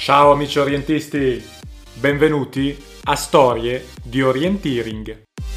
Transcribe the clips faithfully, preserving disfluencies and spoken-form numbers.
Ciao amici orientisti, benvenuti a Storie di Orienteering.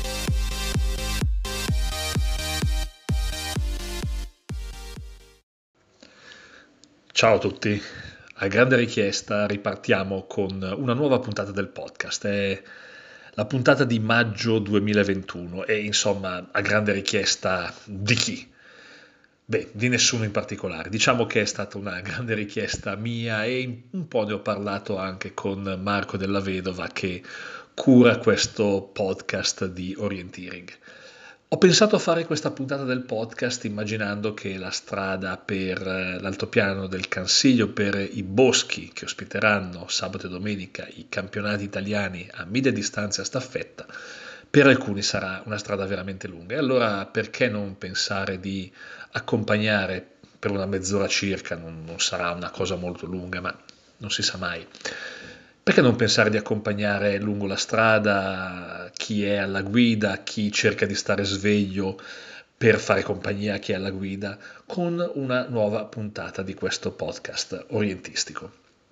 Ciao a tutti, a grande richiesta ripartiamo con una nuova puntata del podcast, è la puntata di maggio duemilaventuno e insomma a grande richiesta di chi? Beh, di nessuno in particolare, diciamo che è stata una grande richiesta mia e un po' ne ho parlato anche con Marco Della Vedova che cura questo podcast di Orienteering. Ho pensato a fare questa puntata del podcast immaginando che la strada per eh, l'altopiano del Cansiglio, per i boschi che ospiteranno sabato e domenica i campionati italiani a media distanza a staffetta, per alcuni sarà una strada veramente lunga. E allora perché non pensare di accompagnare per una mezz'ora circa, non, non sarà una cosa molto lunga, ma non si sa mai. Perché non pensare di accompagnare lungo la strada chi è alla guida, chi cerca di stare sveglio per fare compagnia a chi è alla guida, con una nuova puntata di questo podcast orientistico.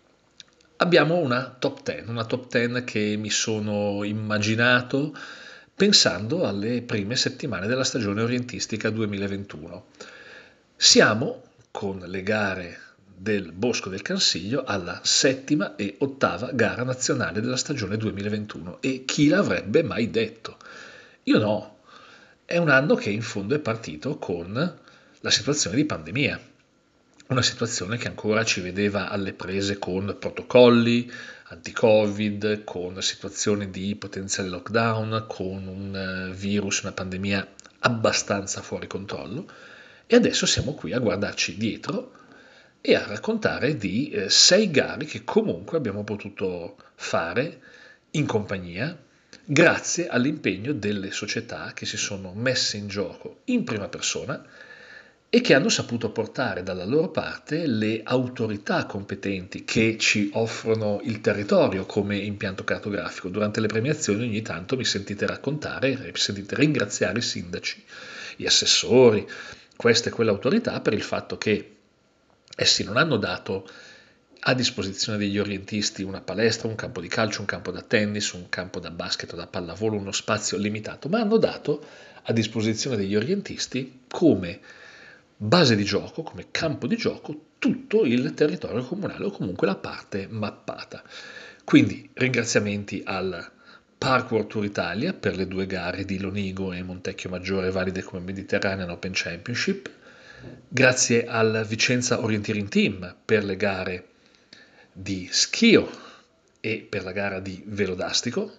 Abbiamo una top dieci, una top dieci che mi sono immaginato pensando alle prime settimane della stagione orientistica duemilaventuno. Siamo, con le gare del Bosco del Cansiglio, alla settima e ottava gara nazionale della stagione duemilaventuno e chi l'avrebbe mai detto? Io no, è un anno che in fondo è partito con la situazione di pandemia, una situazione che ancora ci vedeva alle prese con protocolli anti-Covid, con situazioni di potenziale lockdown, con un virus, una pandemia abbastanza fuori controllo e adesso siamo qui a guardarci dietro e a raccontare di eh, sei gare che comunque abbiamo potuto fare in compagnia grazie all'impegno delle società che si sono messe in gioco in prima persona e che hanno saputo portare dalla loro parte le autorità competenti che ci offrono il territorio come impianto cartografico. Durante le premiazioni ogni tanto mi sentite raccontare, mi sentite ringraziare i sindaci, gli assessori, queste e quelle autorità per il fatto che essi non hanno dato a disposizione degli orientisti una palestra, un campo di calcio, un campo da tennis, un campo da basket o da pallavolo, uno spazio limitato, ma hanno dato a disposizione degli orientisti come base di gioco, come campo di gioco, tutto il territorio comunale o comunque la parte mappata. Quindi ringraziamenti al Park World Tour Italia per le due gare di Lonigo e Montecchio Maggiore valide come Mediterranean Open Championship, grazie al Vicenza Orienteering Team per le gare di Schio e per la gara di Velodastico,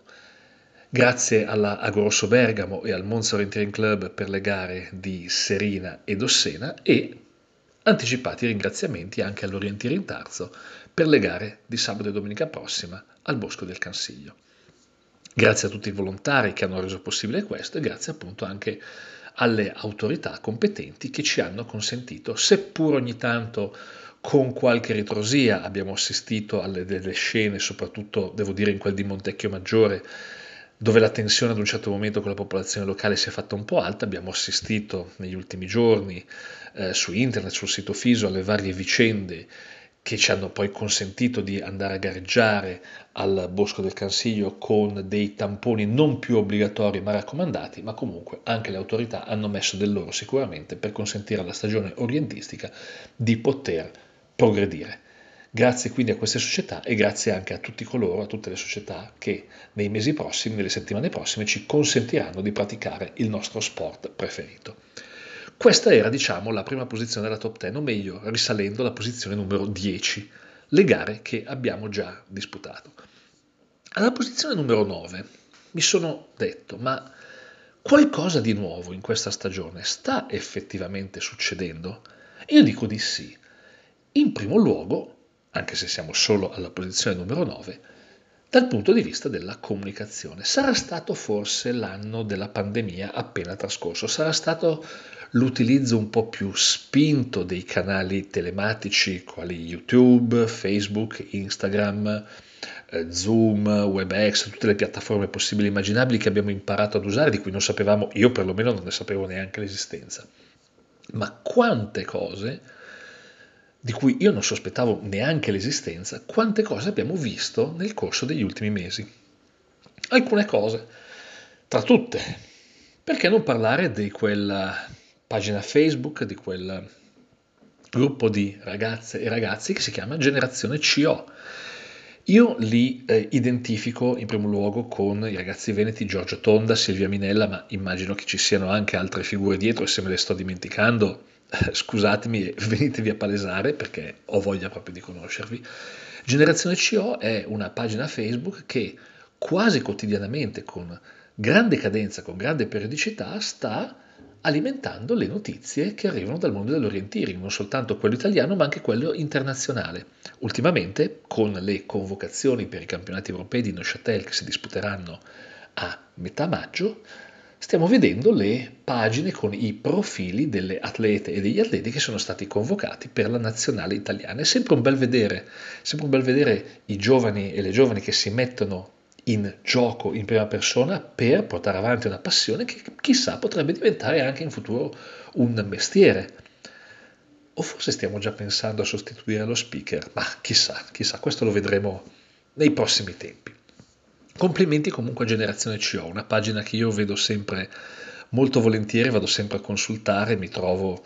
grazie alla Agorosso Bergamo e al Monza Orienteering Club per le gare di Serina ed Ossena e anticipati ringraziamenti anche all'Orienteering Tarzo per le gare di sabato e domenica prossima al Bosco del Cansiglio. Grazie a tutti i volontari che hanno reso possibile questo e grazie appunto anche alle autorità competenti che ci hanno consentito, seppur ogni tanto con qualche ritrosia abbiamo assistito alle delle scene, soprattutto devo dire in quel di Montecchio Maggiore, dove la tensione ad un certo momento con la popolazione locale si è fatta un po' alta, abbiamo assistito negli ultimi giorni eh, su internet, sul sito Fiso, alle varie vicende che ci hanno poi consentito di andare a gareggiare al Bosco del Cansiglio con dei tamponi non più obbligatori ma raccomandati, ma comunque anche le autorità hanno messo del loro sicuramente per consentire alla stagione orientistica di poter progredire. Grazie quindi a queste società e grazie anche a tutti coloro, a tutte le società che nei mesi prossimi, nelle settimane prossime ci consentiranno di praticare il nostro sport preferito. Questa era, diciamo, la prima posizione della top dieci, o meglio, risalendo alla posizione numero dieci, le gare che abbiamo già disputato. Alla posizione numero nove mi sono detto, ma qualcosa di nuovo in questa stagione sta effettivamente succedendo? Io dico di sì. In primo luogo, anche se siamo solo alla posizione numero nove, dal punto di vista della comunicazione. Sarà stato forse l'anno della pandemia appena trascorso, sarà stato l'utilizzo un po' più spinto dei canali telematici quali YouTube, Facebook, Instagram, eh, Zoom, WebEx, tutte le piattaforme possibili e immaginabili che abbiamo imparato ad usare, di cui non sapevamo, io perlomeno non ne sapevo neanche l'esistenza. Ma quante cose di cui io non sospettavo neanche l'esistenza, quante cose abbiamo visto nel corso degli ultimi mesi. Alcune cose, tra tutte, perché non parlare di quella pagina Facebook, di quel gruppo di ragazze e ragazzi che si chiama Generazione C O. Io li eh, identifico in primo luogo con i ragazzi veneti Giorgio Tonda, Silvia Minella, ma immagino che ci siano anche altre figure dietro e se me le sto dimenticando, eh, scusatemi e venitevi a palesare perché ho voglia proprio di conoscervi. Generazione C O è una pagina Facebook che quasi quotidianamente, con grande cadenza, con grande periodicità, sta alimentando le notizie che arrivano dal mondo dell'orienteering, non soltanto quello italiano ma anche quello internazionale. Ultimamente, con le convocazioni per i campionati europei di Neuchâtel che si disputeranno a metà maggio, stiamo vedendo le pagine con i profili delle atlete e degli atleti che sono stati convocati per la nazionale italiana. È sempre un bel vedere, sempre un bel vedere i giovani e le giovani che si mettono in gioco in prima persona per portare avanti una passione che chissà potrebbe diventare anche in futuro un mestiere. O forse stiamo già pensando a sostituire lo speaker, ma chissà, chissà, questo lo vedremo nei prossimi tempi. Complimenti comunque a Generazione C O, una pagina che io vedo sempre molto volentieri, vado sempre a consultare, mi trovo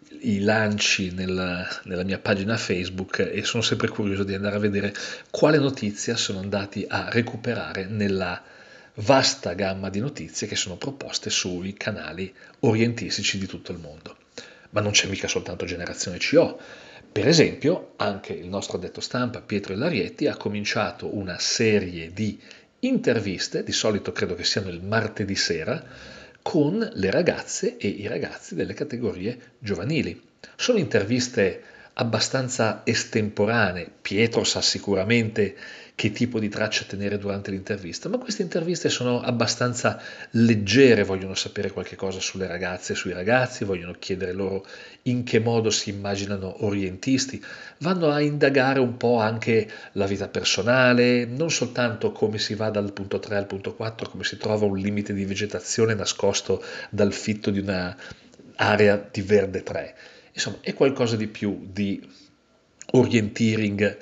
i lanci nella, nella mia pagina Facebook e sono sempre curioso di andare a vedere quale notizia sono andati a recuperare nella vasta gamma di notizie che sono proposte sui canali orientistici di tutto il mondo. Ma non c'è mica soltanto Generazione C O. Per esempio, anche il nostro addetto stampa Pietro Illarietti ha cominciato una serie di interviste, di solito credo che siano il martedì sera, con le ragazze e i ragazzi delle categorie giovanili. Sono interviste abbastanza estemporanee, Pietro sa sicuramente che tipo di traccia tenere durante l'intervista, ma queste interviste sono abbastanza leggere, vogliono sapere qualche cosa sulle ragazze e sui ragazzi, vogliono chiedere loro in che modo si immaginano orientisti, vanno a indagare un po' anche la vita personale, non soltanto come si va dal punto tre al punto quattro, come si trova un limite di vegetazione nascosto dal fitto di una area di verde tre. Insomma, è qualcosa di più di orienteering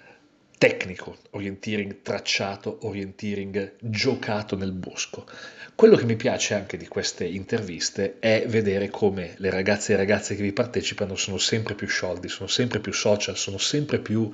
tecnico, orienteering tracciato, orienteering giocato nel bosco. Quello che mi piace anche di queste interviste è vedere come le ragazze e i ragazzi che vi partecipano sono sempre più sciolti, sono sempre più social, sono sempre più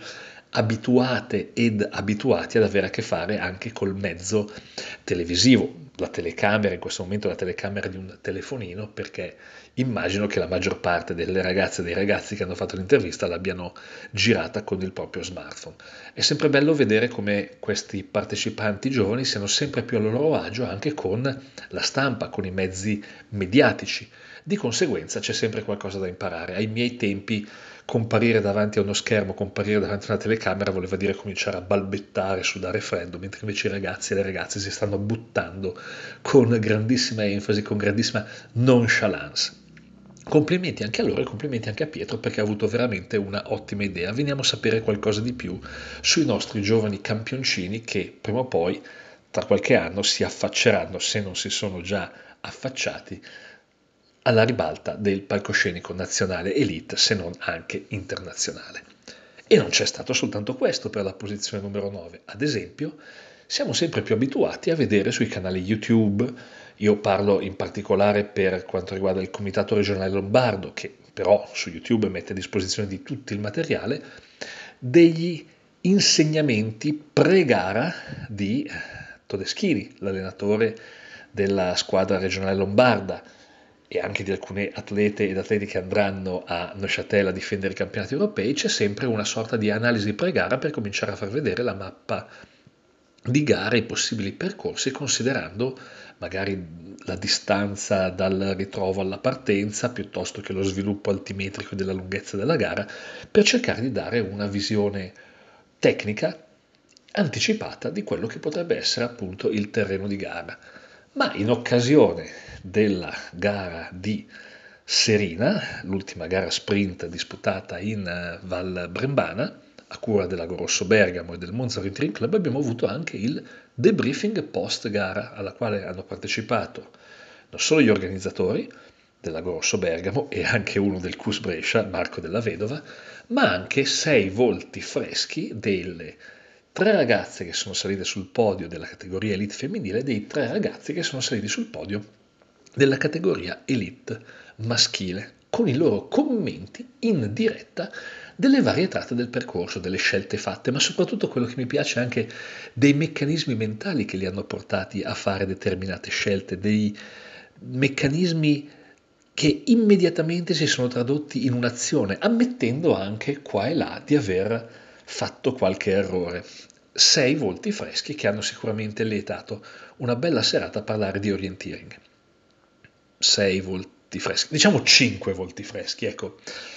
abituate ed abituati ad avere a che fare anche col mezzo televisivo, la telecamera, in questo momento la telecamera di un telefonino, perché immagino che la maggior parte delle ragazze e dei ragazzi che hanno fatto l'intervista l'abbiano girata con il proprio smartphone. È sempre bello vedere come questi partecipanti giovani siano sempre più a loro agio anche con la stampa, con i mezzi mediatici. Di conseguenza c'è sempre qualcosa da imparare. Ai miei tempi comparire davanti a uno schermo, comparire davanti a una telecamera voleva dire cominciare a balbettare, sudare freddo, mentre invece i ragazzi e le ragazze si stanno buttando con grandissima enfasi, con grandissima nonchalance. Complimenti anche a loro e complimenti anche a Pietro perché ha avuto veramente una ottima idea. Veniamo a sapere qualcosa di più sui nostri giovani campioncini che prima o poi, tra qualche anno, si affacceranno, se non si sono già affacciati, alla ribalta del palcoscenico nazionale elite, se non anche internazionale. E non c'è stato soltanto questo per la posizione numero nove. Ad esempio, siamo sempre più abituati a vedere sui canali YouTube, io parlo in particolare per quanto riguarda il Comitato Regionale Lombardo, che però su YouTube mette a disposizione di tutto il materiale, degli insegnamenti pre-gara di Todeschini, l'allenatore della squadra regionale lombarda, e anche di alcune atlete ed atleti che andranno a Neuchâtel a difendere i campionati europei. C'è sempre una sorta di analisi pre-gara per cominciare a far vedere la mappa di gare, i possibili percorsi, considerando magari la distanza dal ritrovo alla partenza piuttosto che lo sviluppo altimetrico della lunghezza della gara, per cercare di dare una visione tecnica anticipata di quello che potrebbe essere appunto il terreno di gara. Ma in occasione della gara di Serina, l'ultima gara sprint disputata in Val Brembana, a cura dell'Ago Rosso Bergamo e del Monza Orienteering Club, abbiamo avuto anche il debriefing post gara alla quale hanno partecipato non solo gli organizzatori, della Grosso Bergamo e anche uno del Cus Brescia, Marco Della Vedova, ma anche sei volti freschi delle tre ragazze che sono salite sul podio della categoria Elite femminile e dei tre ragazzi che sono saliti sul podio della categoria Elite maschile, con i loro commenti in diretta delle varie tratte del percorso, delle scelte fatte, ma soprattutto quello che mi piace anche dei meccanismi mentali che li hanno portati a fare determinate scelte, dei meccanismi che immediatamente si sono tradotti in un'azione, ammettendo anche qua e là di aver fatto qualche errore. Sei volti freschi che hanno sicuramente lietato una bella serata a parlare di orienteering. Sei volti freschi, diciamo cinque volti freschi, ecco.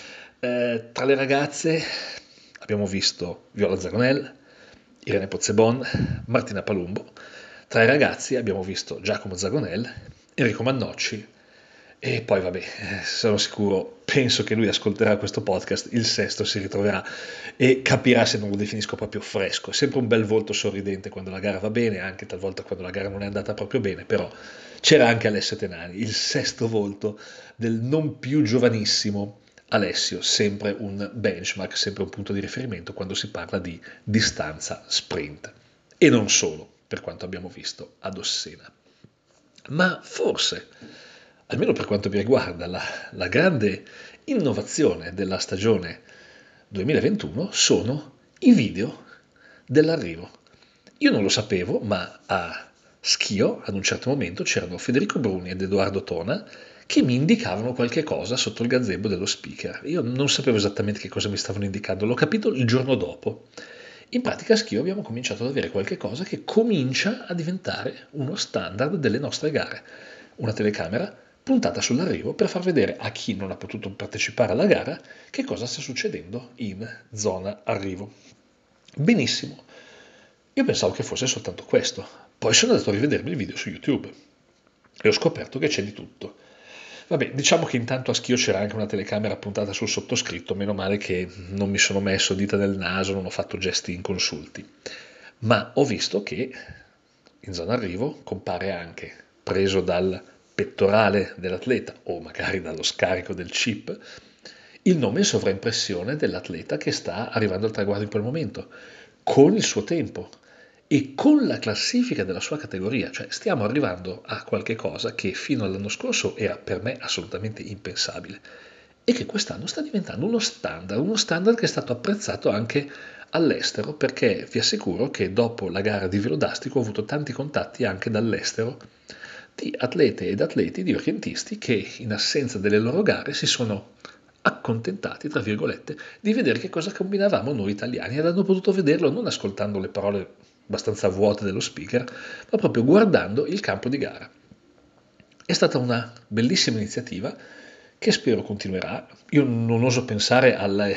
Eh, tra le ragazze abbiamo visto Viola Zagonel, Irene Pozzebon, Martina Palumbo. Tra i ragazzi abbiamo visto Giacomo Zagonel, Enrico Mannocci e poi vabbè, sono sicuro, penso che lui ascolterà questo podcast, il sesto si ritroverà e capirà se non lo definisco proprio fresco. È sempre un bel volto sorridente quando la gara va bene, anche talvolta quando la gara non è andata proprio bene, però c'era anche Alessio Tenani, il sesto volto del non più giovanissimo Alessio, sempre un benchmark, sempre un punto di riferimento quando si parla di distanza sprint. E non solo, per quanto abbiamo visto ad Ossena. Ma forse, almeno per quanto mi riguarda, la, la grande innovazione della stagione duemilaventuno sono i video dell'arrivo. Io non lo sapevo, ma a Schio, ad un certo momento, c'erano Federico Bruni ed Edoardo Tona che mi indicavano qualche cosa sotto il gazebo dello speaker. Io non sapevo esattamente che cosa mi stavano indicando, l'ho capito il giorno dopo. In pratica a Schio abbiamo cominciato ad avere qualche cosa che comincia a diventare uno standard delle nostre gare. Una telecamera puntata sull'arrivo per far vedere a chi non ha potuto partecipare alla gara che cosa sta succedendo in zona arrivo. Benissimo. Io pensavo che fosse soltanto questo. Poi sono andato a rivedermi il video su YouTube e ho scoperto che c'è di tutto. Vabbè, diciamo che intanto a Schio c'era anche una telecamera puntata sul sottoscritto, meno male che non mi sono messo dita nel naso, non ho fatto gesti inconsulti. Ma ho visto che in zona arrivo compare anche, preso dal pettorale dell'atleta o magari dallo scarico del chip, il nome in sovraimpressione dell'atleta che sta arrivando al traguardo in quel momento, con il suo tempo e con la classifica della sua categoria, cioè stiamo arrivando a qualche cosa che fino all'anno scorso era per me assolutamente impensabile e che quest'anno sta diventando uno standard, uno standard che è stato apprezzato anche all'estero, perché vi assicuro che dopo la gara di velodastico ho avuto tanti contatti anche dall'estero di atlete ed atleti, di orientisti che in assenza delle loro gare si sono accontentati, tra virgolette, di vedere che cosa combinavamo noi italiani ed hanno potuto vederlo non ascoltando le parole abbastanza vuote dello speaker, ma proprio guardando il campo di gara. È stata una bellissima iniziativa che spero continuerà. Io non oso pensare alle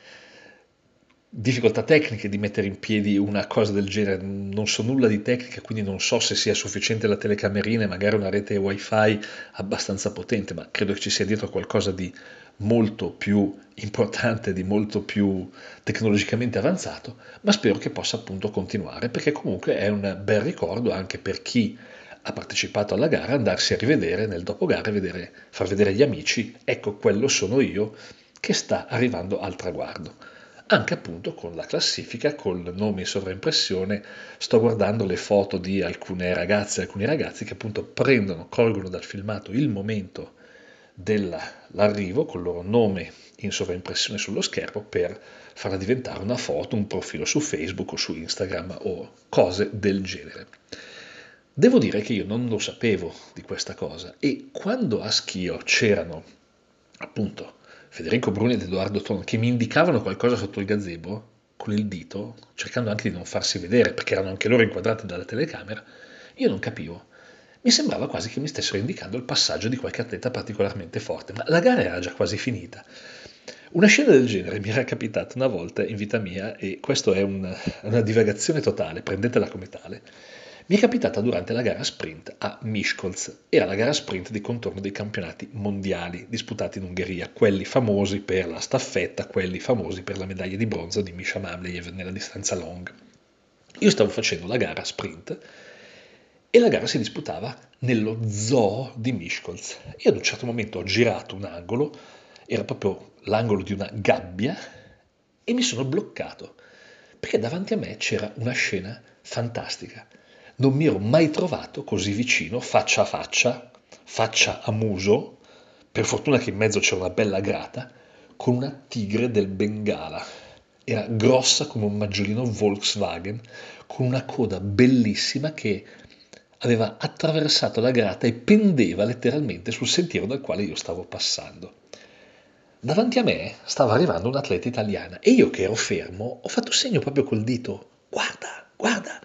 difficoltà tecniche di mettere in piedi una cosa del genere, non so nulla di tecnica, quindi non so se sia sufficiente la telecamerina e magari una rete wifi abbastanza potente, ma credo che ci sia dietro qualcosa di molto più importante, di molto più tecnologicamente avanzato, ma spero che possa appunto continuare, perché comunque è un bel ricordo anche per chi ha partecipato alla gara, andarsi a rivedere nel dopogara e vedere, far vedere agli amici, ecco quello sono io che sta arrivando al traguardo. Anche appunto con la classifica, col nome in sovraimpressione, sto guardando le foto di alcune ragazze e alcuni ragazzi che appunto prendono, colgono dal filmato il momento dell'arrivo col loro nome in sovraimpressione sullo schermo per farla diventare una foto, un profilo su Facebook o su Instagram o cose del genere. Devo dire che io non lo sapevo di questa cosa e quando a Schio c'erano appunto Federico Bruni ed Edoardo Ton che mi indicavano qualcosa sotto il gazebo con il dito, cercando anche di non farsi vedere perché erano anche loro inquadrati dalla telecamera, io non capivo. Mi sembrava quasi che mi stessero indicando il passaggio di qualche atleta particolarmente forte, ma la gara era già quasi finita. Una scena del genere mi era capitata una volta in vita mia e questo è un, una divagazione totale, prendetela come tale. Mi è capitata durante la gara sprint a Miskolc, era la gara sprint di contorno dei campionati mondiali disputati in Ungheria, quelli famosi per la staffetta, quelli famosi per la medaglia di bronzo di Misha Mamlejev nella distanza long. Io stavo facendo la gara sprint e la gara si disputava nello zoo di Miskolc. Io ad un certo momento ho girato un angolo, era proprio l'angolo di una gabbia, e mi sono bloccato, perché davanti a me c'era una scena fantastica. Non mi ero mai trovato così vicino, faccia a faccia, faccia a muso, per fortuna che in mezzo c'era una bella grata, con una tigre del Bengala. Era grossa come un maggiolino Volkswagen, con una coda bellissima che aveva attraversato la grata e pendeva letteralmente sul sentiero dal quale io stavo passando. Davanti a me stava arrivando un'atleta italiana e io che ero fermo ho fatto segno proprio col dito: guarda, guarda.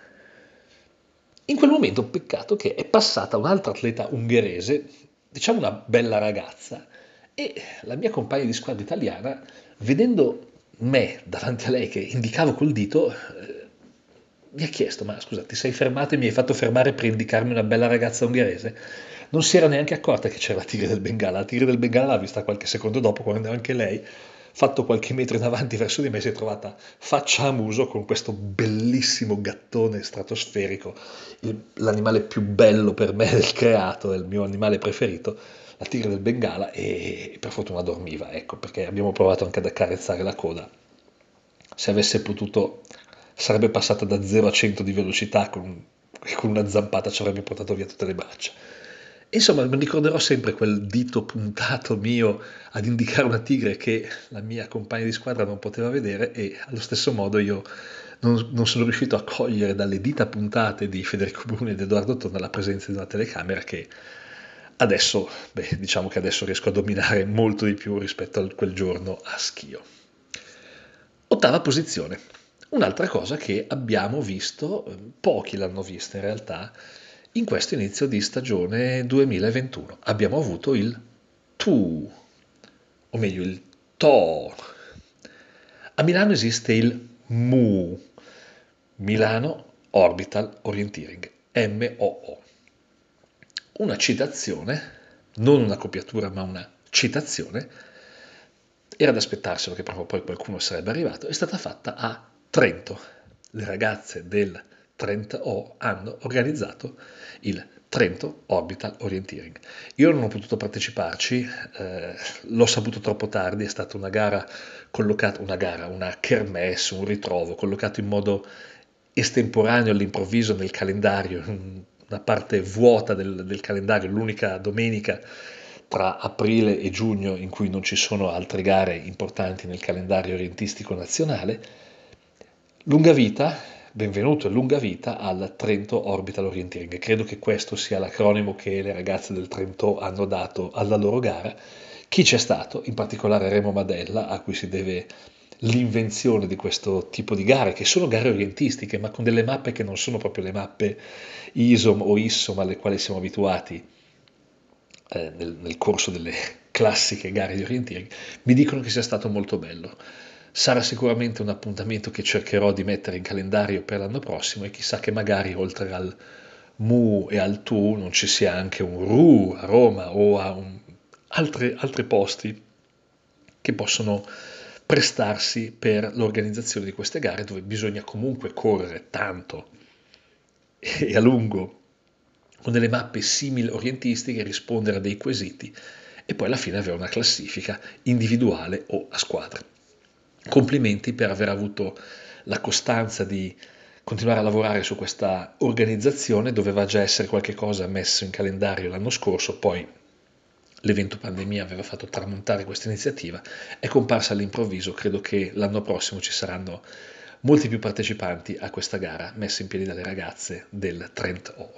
In quel momento peccato che è passata un'altra atleta ungherese, diciamo una bella ragazza, e la mia compagna di squadra italiana, vedendo me davanti a lei che indicavo col dito, eh, mi ha chiesto: ma scusa, ti sei fermato e mi hai fatto fermare per indicarmi una bella ragazza ungherese? Non si era neanche accorta che c'era la tigre del Bengala. La tigre del Bengala l'ha vista qualche secondo dopo, quando anche lei, fatto qualche metro in avanti verso di me, si è trovata faccia a muso con questo bellissimo gattone stratosferico, il- l'animale più bello per me del creato, è il mio animale preferito, la tigre del Bengala, e per fortuna dormiva, ecco, perché abbiamo provato anche ad accarezzare la coda. Se avesse potuto, sarebbe passata da zero a cento di velocità, con, con una zampata ci avrebbe portato via tutte le braccia. Insomma, mi ricorderò sempre quel dito puntato mio ad indicare una tigre che la mia compagna di squadra non poteva vedere, e allo stesso modo io non, non sono riuscito a cogliere dalle dita puntate di Federico Bruni ed Edoardo Torna la presenza di una telecamera che adesso, beh, diciamo che adesso riesco a dominare molto di più rispetto a quel giorno a Schio. Ottava posizione. Un'altra cosa che abbiamo visto, eh, pochi l'hanno vista in realtà, in questo inizio di stagione duemilaventuno. Abbiamo avuto il T U, o meglio il T O. A Milano esiste il M U, Milano Orbital Orienteering, M O O. Una citazione, non una copiatura ma una citazione, era da aspettarselo che proprio poi qualcuno sarebbe arrivato, è stata fatta a Trento. Le ragazze del Trento O hanno organizzato il Trento Orbital Orienteering. Io non ho potuto parteciparci, eh, l'ho saputo troppo tardi, è stata una gara collocata, una gara, una kermesse, un ritrovo, collocato in modo estemporaneo all'improvviso nel calendario, una parte vuota del, del calendario, l'unica domenica tra aprile e giugno in cui non ci sono altre gare importanti nel calendario orientistico nazionale. Lunga vita, benvenuto e lunga vita al Trento Orbital Orienteering. Credo che questo sia l'acronimo che le ragazze del Trento hanno dato alla loro gara. Chi c'è stato, in particolare Remo Madella, a cui si deve l'invenzione di questo tipo di gare, che sono gare orientistiche, ma con delle mappe che non sono proprio le mappe I S O M o I S S O M alle quali siamo abituati eh, nel, nel corso delle classiche gare di orienteering. Mi dicono che sia stato molto bello. Sarà sicuramente un appuntamento che cercherò di mettere in calendario per l'anno prossimo, e chissà che magari oltre al M U e al T U non ci sia anche un R U a Roma o a un, altre, altri posti che possono prestarsi per l'organizzazione di queste gare, dove bisogna comunque correre tanto e a lungo con delle mappe simili orientistiche, rispondere a dei quesiti e poi alla fine avere una classifica individuale o a squadre. Complimenti per aver avuto la costanza di continuare a lavorare su questa organizzazione. Doveva già essere qualche cosa messo in calendario l'anno scorso, poi l'evento pandemia aveva fatto tramontare questa iniziativa, è comparsa all'improvviso. Credo che l'anno prossimo ci saranno molti più partecipanti a questa gara messa in piedi dalle ragazze del Trent O.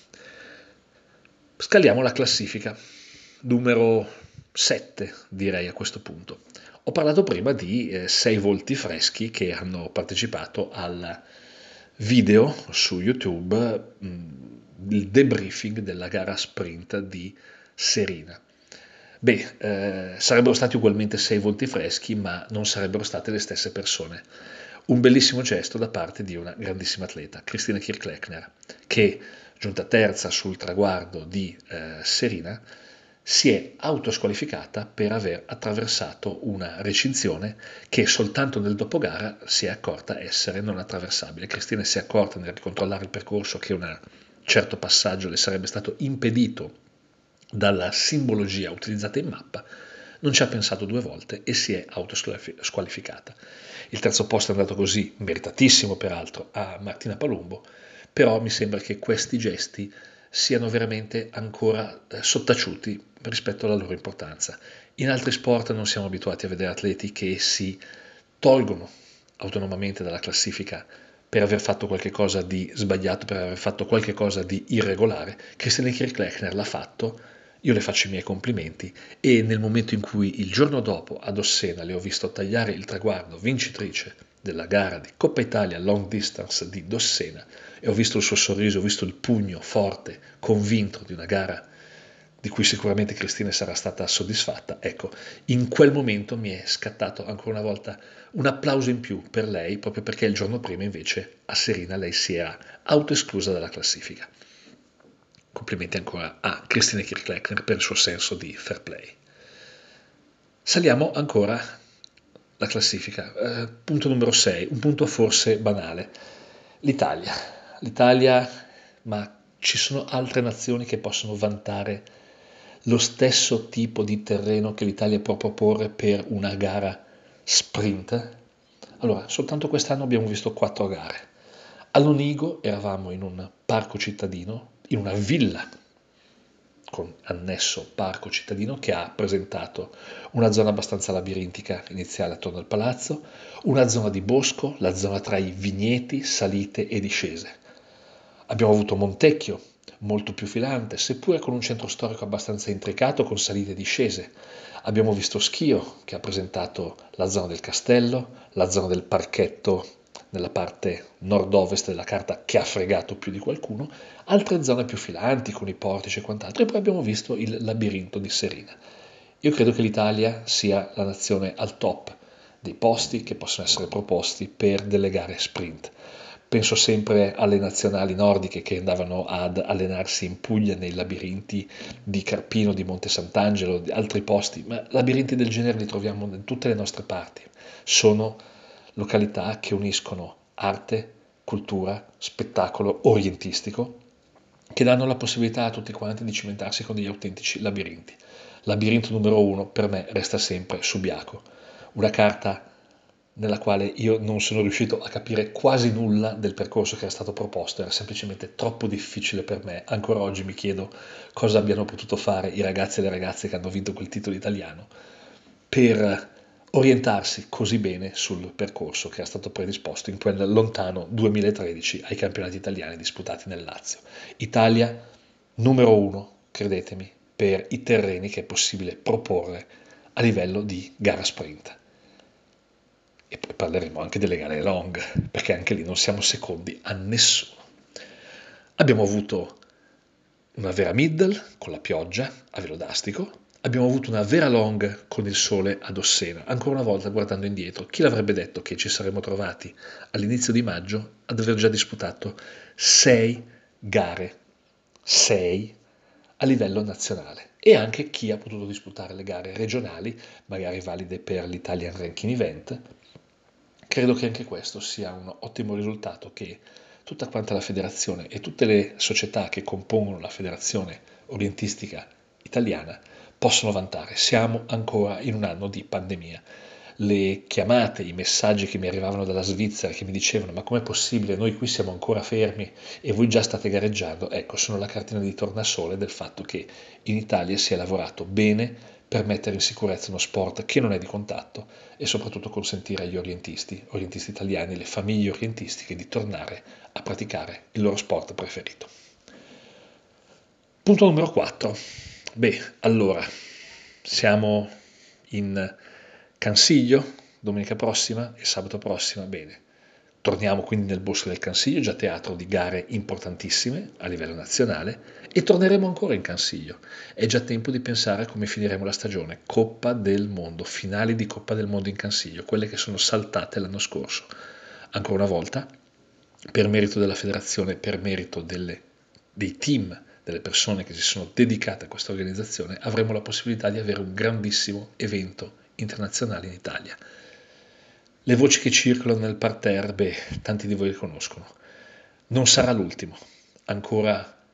Scaliamo la classifica, numero sette direi a questo punto. Ho parlato prima di eh, sei volti freschi che hanno partecipato al video su YouTube, mh, il debriefing della gara sprint di Serena. Beh, eh, sarebbero stati ugualmente sei volti freschi, ma non sarebbero state le stesse persone. Un bellissimo gesto da parte di una grandissima atleta, Christine Kirchleckner, che, giunta terza sul traguardo di eh, Serena, si è autosqualificata per aver attraversato una recinzione che soltanto nel dopogara si è accorta essere non attraversabile. Cristina si è accorta nel ricontrollare il percorso che una certo passaggio le sarebbe stato impedito dalla simbologia utilizzata in mappa, non ci ha pensato due volte e si è autosqualificata. Il terzo posto è andato così, meritatissimo peraltro, a Martina Palumbo, però mi sembra che questi gesti siano veramente ancora eh, sottaciuti rispetto alla loro importanza. In altri sport non siamo abituati a vedere atleti che si tolgono autonomamente dalla classifica per aver fatto qualche cosa di sbagliato, per aver fatto qualche cosa di irregolare. Christine Kirchner l'ha fatto, io le faccio i miei complimenti e nel momento in cui il giorno dopo ad Ossena le ho visto tagliare il traguardo vincitrice della gara di Coppa Italia Long Distance di Dossena e ho visto il suo sorriso, ho visto il pugno forte, convinto di una gara di cui sicuramente Cristina sarà stata soddisfatta, ecco, in quel momento mi è scattato ancora una volta un applauso in più per lei, proprio perché il giorno prima invece a Serena lei si era autoesclusa dalla classifica. Complimenti ancora a Christine Kirchner per il suo senso di fair play. Saliamo ancora la classifica. Eh, punto numero sei, un punto forse banale. L'Italia. L'Italia, ma ci sono altre nazioni che possono vantare lo stesso tipo di terreno che l'Italia può proporre per una gara sprint? Allora, soltanto quest'anno abbiamo visto quattro gare. All'Onigo eravamo in un parco cittadino, in una villa con annesso parco cittadino che ha presentato una zona abbastanza labirintica iniziale attorno al palazzo, una zona di bosco, la zona tra i vigneti, salite e discese. Abbiamo avuto Montecchio, molto più filante, seppure con un centro storico abbastanza intricato con salite e discese. Abbiamo visto Schio, che ha presentato la zona del castello, la zona del parchetto nella parte nord-ovest della carta che ha fregato più di qualcuno, altre zone più filanti con i portici e quant'altro, e poi abbiamo visto il labirinto di Serena. Io credo che l'Italia sia la nazione al top dei posti che possono essere proposti per delle gare sprint. Penso sempre alle nazionali nordiche che andavano ad allenarsi in Puglia nei labirinti di Carpino, di Monte Sant'Angelo, di altri posti, ma labirinti del genere li troviamo in tutte le nostre parti. Sono località che uniscono arte, cultura, spettacolo orientistico, che danno la possibilità a tutti quanti di cimentarsi con degli autentici labirinti. Labirinto numero uno per me resta sempre Subiaco, una carta nella quale io non sono riuscito a capire quasi nulla del percorso che era stato proposto, era semplicemente troppo difficile per me. Ancora oggi mi chiedo cosa abbiano potuto fare i ragazzi e le ragazze che hanno vinto quel titolo italiano per orientarsi così bene sul percorso che era stato predisposto in quel lontano duemilatredici ai campionati italiani disputati nel Lazio. Italia numero uno, credetemi, per i terreni che è possibile proporre a livello di gara sprint. E poi parleremo anche delle gare long, perché anche lì non siamo secondi a nessuno. Abbiamo avuto una vera middle con la pioggia a Velodastico, abbiamo avuto una vera long con il sole ad Ossena. Ancora una volta, guardando indietro, chi l'avrebbe detto che ci saremmo trovati all'inizio di maggio ad aver già disputato sei gare, sei a livello nazionale, e anche chi ha potuto disputare le gare regionali, magari valide per l'Italian Ranking Event. Credo che anche questo sia un ottimo risultato che tutta quanta la federazione e tutte le società che compongono la federazione orientistica italiana possono vantare. Siamo ancora in un anno di pandemia. Le chiamate, i messaggi che mi arrivavano dalla Svizzera che mi dicevano ma com'è possibile, noi qui siamo ancora fermi e voi già state gareggiando, ecco, sono la cartina di tornasole del fatto che in Italia si è lavorato bene per mettere in sicurezza uno sport che non è di contatto e soprattutto consentire agli orientisti, orientisti italiani, le famiglie orientistiche di tornare a praticare il loro sport preferito. Punto numero quattro. Beh, allora, siamo in Cansiglio domenica prossima e sabato prossima, bene. Torniamo quindi nel Bosco del Cansiglio, già teatro di gare importantissime a livello nazionale, e torneremo ancora in Cansiglio. È già tempo di pensare a come finiremo la stagione. Coppa del Mondo, finali di Coppa del Mondo in Cansiglio, quelle che sono saltate l'anno scorso. Ancora una volta, per merito della federazione, per merito delle, dei team, delle persone che si sono dedicate a questa organizzazione, avremo la possibilità di avere un grandissimo evento internazionale in Italia. Le voci che circolano nel parterre, beh, tanti di voi le conoscono. Non sarà l'ultimo. Ancora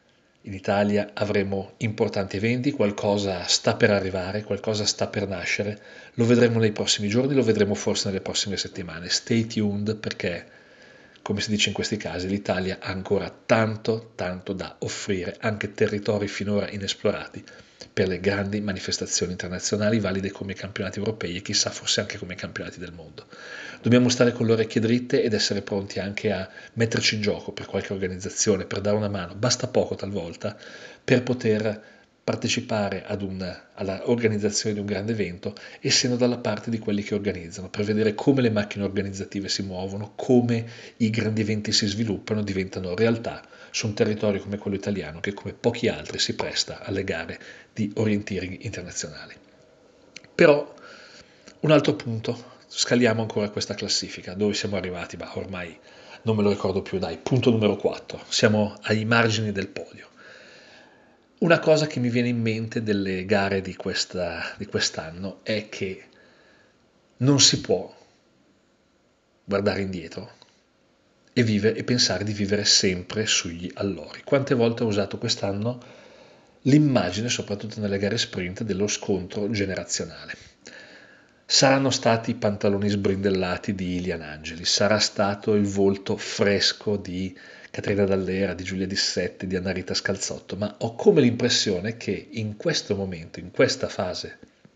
In Italia avremo importanti eventi, qualcosa sta per arrivare, qualcosa sta per nascere, lo vedremo nei prossimi giorni, lo vedremo forse nelle prossime settimane. Stay tuned perché, come si dice in questi casi, l'Italia ha ancora tanto, tanto da offrire, anche territori finora inesplorati, per le grandi manifestazioni internazionali valide come i campionati europei e chissà forse anche come i campionati del mondo. Dobbiamo stare con le orecchie dritte ed essere pronti anche a metterci in gioco per qualche organizzazione, per dare una mano, basta poco talvolta, per poter partecipare ad un, alla organizzazione di un grande evento, essendo dalla parte di quelli che organizzano, per vedere come le macchine organizzative si muovono, come i grandi eventi si sviluppano, diventano realtà su un territorio come quello italiano che come pochi altri si presta alle gare di orienteering internazionali. Però un altro punto, scaliamo ancora questa classifica, dove siamo arrivati? Bah, ormai non me lo ricordo più, dai, punto numero quattro, siamo ai margini del podio. Una cosa che mi viene in mente delle gare di, questa, di quest'anno è che non si può guardare indietro e, vivere, e pensare di vivere sempre sugli allori. Quante volte ho usato quest'anno l'immagine, soprattutto nelle gare sprint, dello scontro generazionale. Saranno stati i pantaloni sbrindellati di Ilian Angeli, sarà stato il volto fresco di Caterina Dall'Era, di Giulia Dissetti, di Annarita Scalzotto, ma ho come l'impressione che in questo momento, in questa fase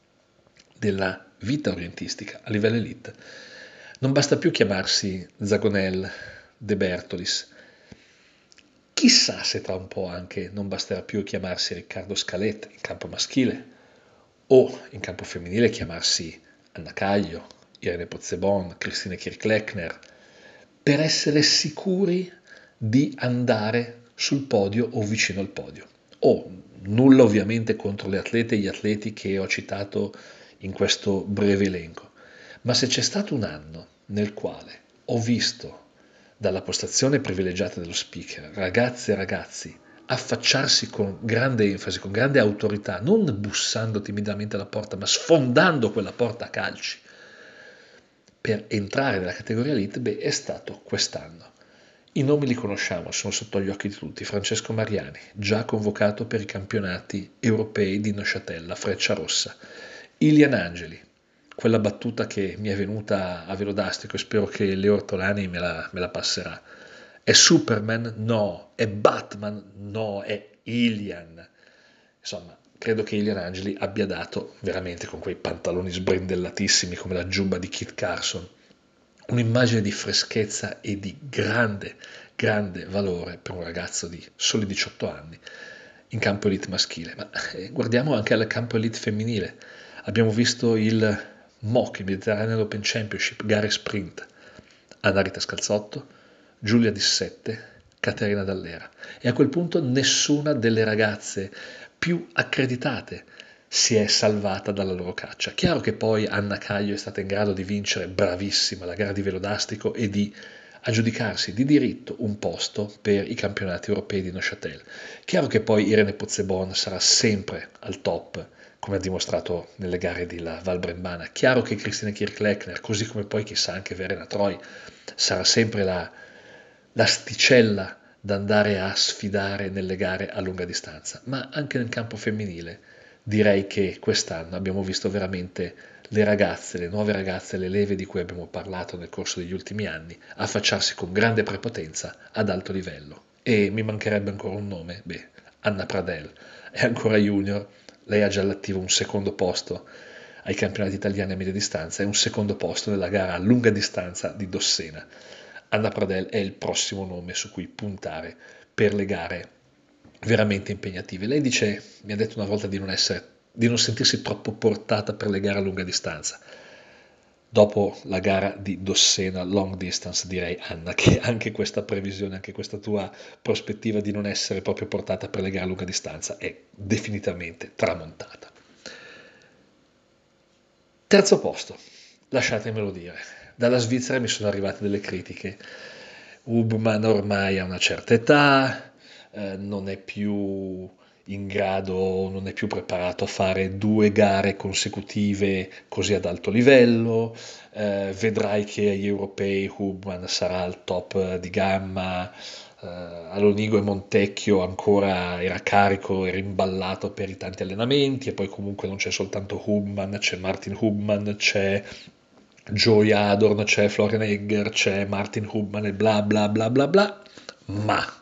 della vita orientistica a livello elite, non basta più chiamarsi Zagonel, De Bertolis. Chissà se tra un po' anche non basterà più chiamarsi Riccardo Scaletta in campo maschile o in campo femminile chiamarsi Anna Caglio, Irene Pozzebon, Christine Kirchleckner, per essere sicuri di andare sul podio o vicino al podio. Oh, nulla ovviamente contro le atlete e gli atleti che ho citato in questo breve elenco, ma se c'è stato un anno nel quale ho visto dalla postazione privilegiata dello speaker ragazze e ragazzi affacciarsi con grande enfasi, con grande autorità, non bussando timidamente alla porta, ma sfondando quella porta a calci per entrare nella categoria elite, beh, è stato quest'anno. I nomi li conosciamo, sono sotto gli occhi di tutti. Francesco Mariani, già convocato per i campionati europei di Neuchâtel, la Freccia Rossa. Ilian Angeli, quella battuta che mi è venuta a velodastico e spero che Leo Ortolani me la, me la passerà. È Superman? No. È Batman? No, è Ilian. Insomma, credo che Ilian Angeli abbia dato veramente con quei pantaloni sbrindellatissimi come la giubba di Kit Carson un'immagine di freschezza e di grande, grande valore per un ragazzo di soli diciotto anni in campo elite maschile. Ma eh, guardiamo anche al campo elite femminile. Abbiamo visto il M O C, il Mediterranean Open Championship, gare sprint. Annarita Scalzotto, Giulia Dissette, Caterina Dall'Era. E a quel punto nessuna delle ragazze più accreditate si è salvata dalla loro caccia. Chiaro che poi Anna Caglio è stata in grado di vincere, bravissima, la gara di velodastico e di aggiudicarsi di diritto un posto per i campionati europei di Neuchâtel. Chiaro che poi Irene Pozzebon sarà sempre al top, come ha dimostrato nelle gare di la Val Brembana. Chiaro che Christine Kirchleckner, così come poi chissà anche Verena Troi, sarà sempre la, l'asticella da andare a sfidare nelle gare a lunga distanza. Ma anche nel campo femminile direi che quest'anno abbiamo visto veramente le ragazze, le nuove ragazze, le leve di cui abbiamo parlato nel corso degli ultimi anni, affacciarsi con grande prepotenza ad alto livello. E mi mancherebbe ancora un nome, beh, Anna Pradel, è ancora junior, lei ha già all'attivo un secondo posto ai campionati italiani a media distanza e un secondo posto nella gara a lunga distanza di Dossena. Anna Pradel è il prossimo nome su cui puntare per le gare veramente impegnative. Lei dice, mi ha detto una volta di non essere, di non sentirsi troppo portata per le gare a lunga distanza. Dopo la gara di Dossena long distance direi, Anna, che anche questa previsione, anche questa tua prospettiva di non essere proprio portata per le gare a lunga distanza è definitivamente tramontata. Terzo posto, lasciatemelo dire, dalla Svizzera mi sono arrivate delle critiche. Hubmann ormai ha una certa età, eh, non è più in grado, non è più preparato a fare due gare consecutive così ad alto livello, eh, vedrai che agli europei Hubmann sarà al top di gamma, Alonigo e Montecchio ancora era carico e rimballato per i tanti allenamenti, e poi comunque non c'è soltanto Hubman, c'è Martin Hubman, c'è Joey Adorn, c'è Florian Egger, c'è Martin Hubman e bla bla bla bla bla, ma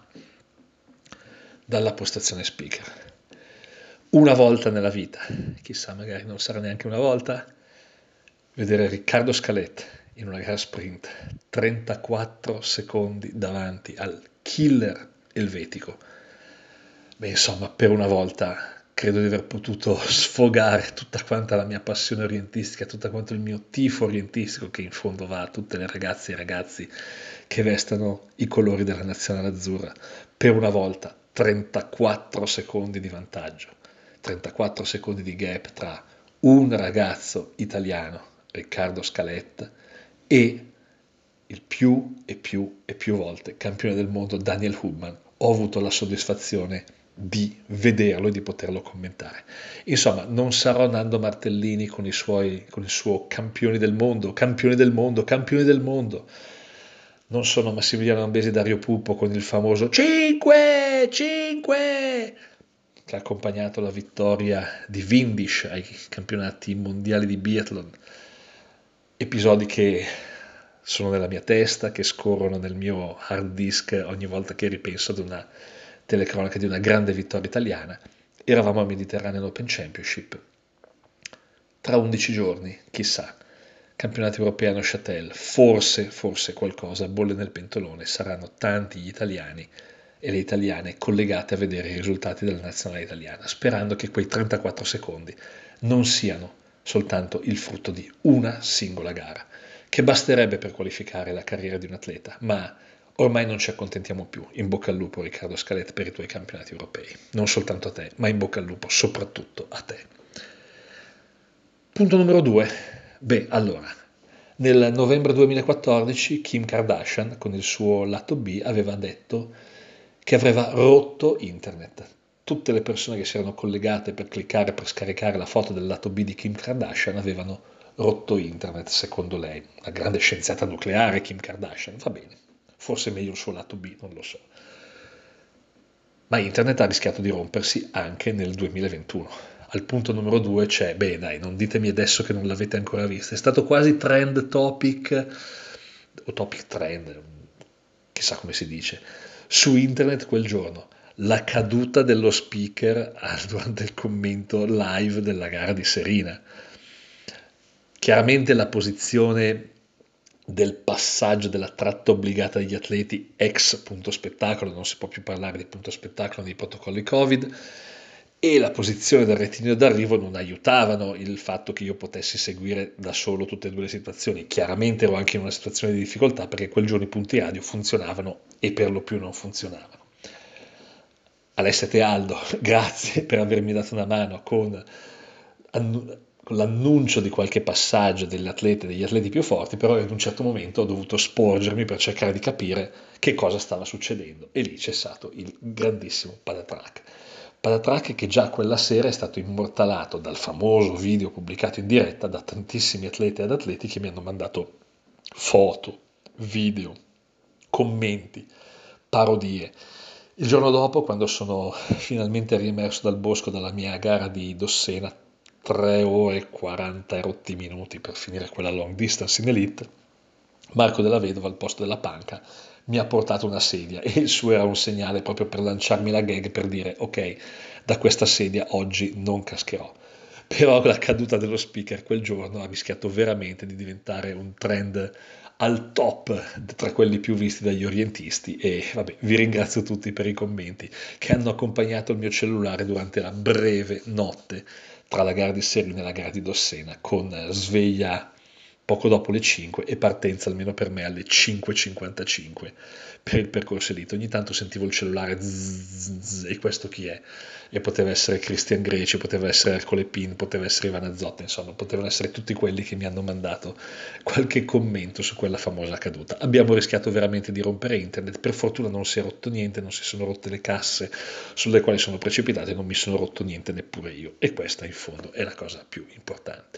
dalla postazione speaker, una volta nella vita, chissà, magari non sarà neanche una volta, vedere Riccardo Scalette in una gara sprint trentaquattro secondi davanti al killer elvetico. Beh, insomma, per una volta credo di aver potuto sfogare tutta quanta la mia passione orientistica, tutto quanto il mio tifo orientistico, che in fondo va a tutte le ragazze e i ragazzi che vestano i colori della nazionale azzurra. Per una volta trentaquattro secondi di vantaggio, trentaquattro secondi di gap tra un ragazzo italiano, Riccardo Scaletta, e il più e più e più volte campione del mondo Daniel Hubman. Ho avuto la soddisfazione di vederlo e di poterlo commentare. Insomma, non sarò Nando Martellini con i suoi, con il suo campioni del mondo, campioni del mondo, campioni del mondo. Non sono Massimiliano Ambesi e Dario Pupo con il famoso cinque, cinque, che ha accompagnato la vittoria di Windisch ai campionati mondiali di biathlon. Episodi che sono nella mia testa, che scorrono nel mio hard disk ogni volta che ripenso ad una telecronaca di una grande vittoria italiana. Eravamo al Mediterranean Open Championship. Tra undici giorni, chissà, campionati europei a Neuchâtel, forse, forse qualcosa bolle nel pentolone, saranno tanti gli italiani e le italiane collegate a vedere i risultati della nazionale italiana, sperando che quei trentaquattro secondi non siano soltanto il frutto di una singola gara, che basterebbe per qualificare la carriera di un atleta, ma ormai non ci accontentiamo più. In bocca al lupo, Riccardo Scalette, per i tuoi campionati europei, non soltanto a te, ma in bocca al lupo soprattutto a te. Punto numero due. Beh, allora, nel novembre duemilaquattordici Kim Kardashian, con il suo lato B, aveva detto che aveva rotto internet. Tutte le persone che si erano collegate per cliccare, per scaricare la foto del lato B di Kim Kardashian avevano rotto internet, secondo lei. Una grande scienziata nucleare, Kim Kardashian, va bene, forse meglio il suo lato B, non lo so. Ma internet ha rischiato di rompersi anche nel duemilaventuno. Al punto numero due c'è, beh dai, non ditemi adesso che non l'avete ancora vista, è stato quasi trend topic, o topic trend, chissà come si dice, su internet quel giorno, la caduta dello speaker durante il commento live della gara di Serena. Chiaramente la posizione del passaggio della tratta obbligata degli atleti ex punto spettacolo, non si può più parlare di punto spettacolo nei protocolli Covid, e la posizione del rettilineo d'arrivo non aiutavano il fatto che io potessi seguire da solo tutte e due le situazioni. Chiaramente ero anche in una situazione di difficoltà perché quel giorno i punti radio funzionavano e per lo più non funzionavano. Alessia Tealdo, grazie per avermi dato una mano con, con l'annuncio di qualche passaggio degli atleti, degli atleti più forti, però ad un certo momento ho dovuto sporgermi per cercare di capire che cosa stava succedendo, e lì c'è stato il grandissimo patatrack. Patatrack che già quella sera è stato immortalato dal famoso video pubblicato in diretta da tantissimi atleti ed atleti che mi hanno mandato foto, video, commenti, parodie. Il giorno dopo, quando sono finalmente riemerso dal bosco dalla mia gara di Dossena, tre ore e quaranta rotti minuti per finire quella long distance in elite, Marco Della Vedova al posto della panca mi ha portato una sedia, e il suo era un segnale proprio per lanciarmi la gag, per dire ok, da questa sedia oggi non cascherò. Però la caduta dello speaker quel giorno ha rischiato veramente di diventare un trend al top tra quelli più visti dagli orientisti, e vabbè, vi ringrazio tutti per i commenti che hanno accompagnato il mio cellulare durante la breve notte tra la gara di Serena e la gara di Dossena, con sveglia poco dopo le cinque e partenza almeno per me alle cinque e cinquantacinque per il percorso elite. Ogni tanto sentivo il cellulare zzz, zzz, e questo chi è? E poteva essere Christian Greci, poteva essere Ercole Pin, poteva essere Ivana Zotta, insomma potevano essere tutti quelli che mi hanno mandato qualche commento su quella famosa caduta. Abbiamo rischiato veramente di rompere internet, per fortuna non si è rotto niente, non si sono rotte le casse sulle quali sono precipitate, non mi sono rotto niente neppure io, e questa in fondo è la cosa più importante.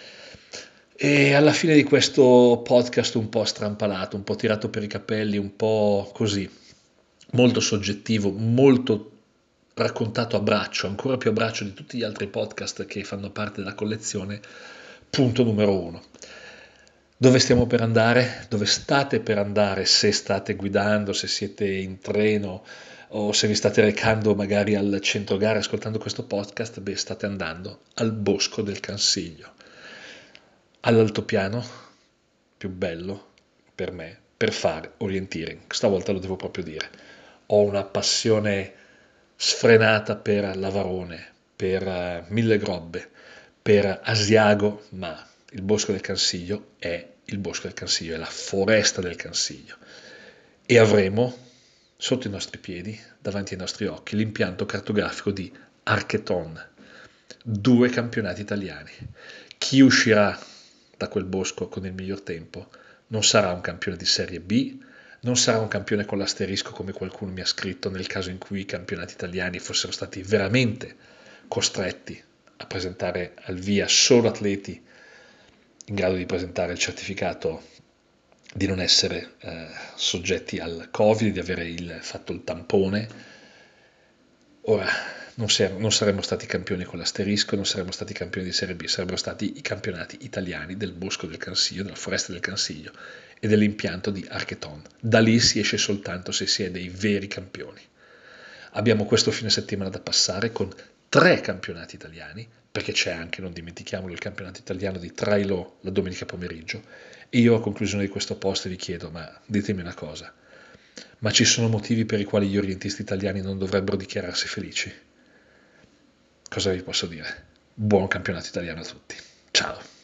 E alla fine di questo podcast un po' strampalato, un po' tirato per i capelli, un po' così, molto soggettivo, molto raccontato a braccio, ancora più a braccio di tutti gli altri podcast che fanno parte della collezione. Punto numero uno. Dove stiamo per andare? Dove state per andare se state guidando, se siete in treno o se vi state recando magari al centro gara ascoltando questo podcast? Beh, state andando al Bosco del Cansiglio, all'altopiano più bello per me per fare orienteering. Stavolta lo devo proprio dire. Ho una passione sfrenata per Lavarone, per uh, Mille Grobbe, per Asiago, ma il Bosco del Cansiglio è il Bosco del Cansiglio, è la foresta del Cansiglio. E avremo sotto i nostri piedi, davanti ai nostri occhi, l'impianto cartografico di Archeton, due campionati italiani. Chi uscirà da quel bosco con il miglior tempo non sarà un campione di Serie B, non sarà un campione con l'asterisco come qualcuno mi ha scritto nel caso in cui i campionati italiani fossero stati veramente costretti a presentare al via solo atleti in grado di presentare il certificato di non essere eh, soggetti al Covid, di avere il, fatto il tampone. Ora non, ser- non saremmo stati campioni con l'asterisco, non saremmo stati campioni di Serie B, sarebbero stati i campionati italiani del Bosco del Cansiglio, della Foresta del Cansiglio e dell'impianto di Archeton. Da lì si esce soltanto se si è dei veri campioni. Abbiamo questo fine settimana da passare con tre campionati italiani, perché c'è anche, non dimentichiamolo, il campionato italiano di Trailò la domenica pomeriggio. E io a conclusione di questo post vi chiedo, ma ditemi una cosa, ma ci sono motivi per i quali gli orientisti italiani non dovrebbero dichiararsi felici? Cosa vi posso dire? Buon campionato italiano a tutti. Ciao!